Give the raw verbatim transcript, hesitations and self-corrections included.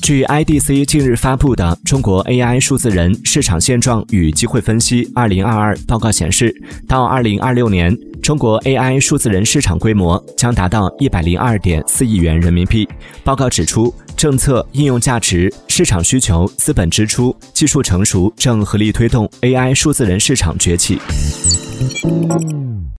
据 I D C 近日发布的《中国 A I 数字人市场现状与机会分析二零二二》报告显示，到二零二六年，中国 A I 数字人市场规模将达到一百零二点四亿元人民币。报告指出，政策、应用价值、市场需求、资本支出、技术成熟正合力推动 A I 数字人市场崛起。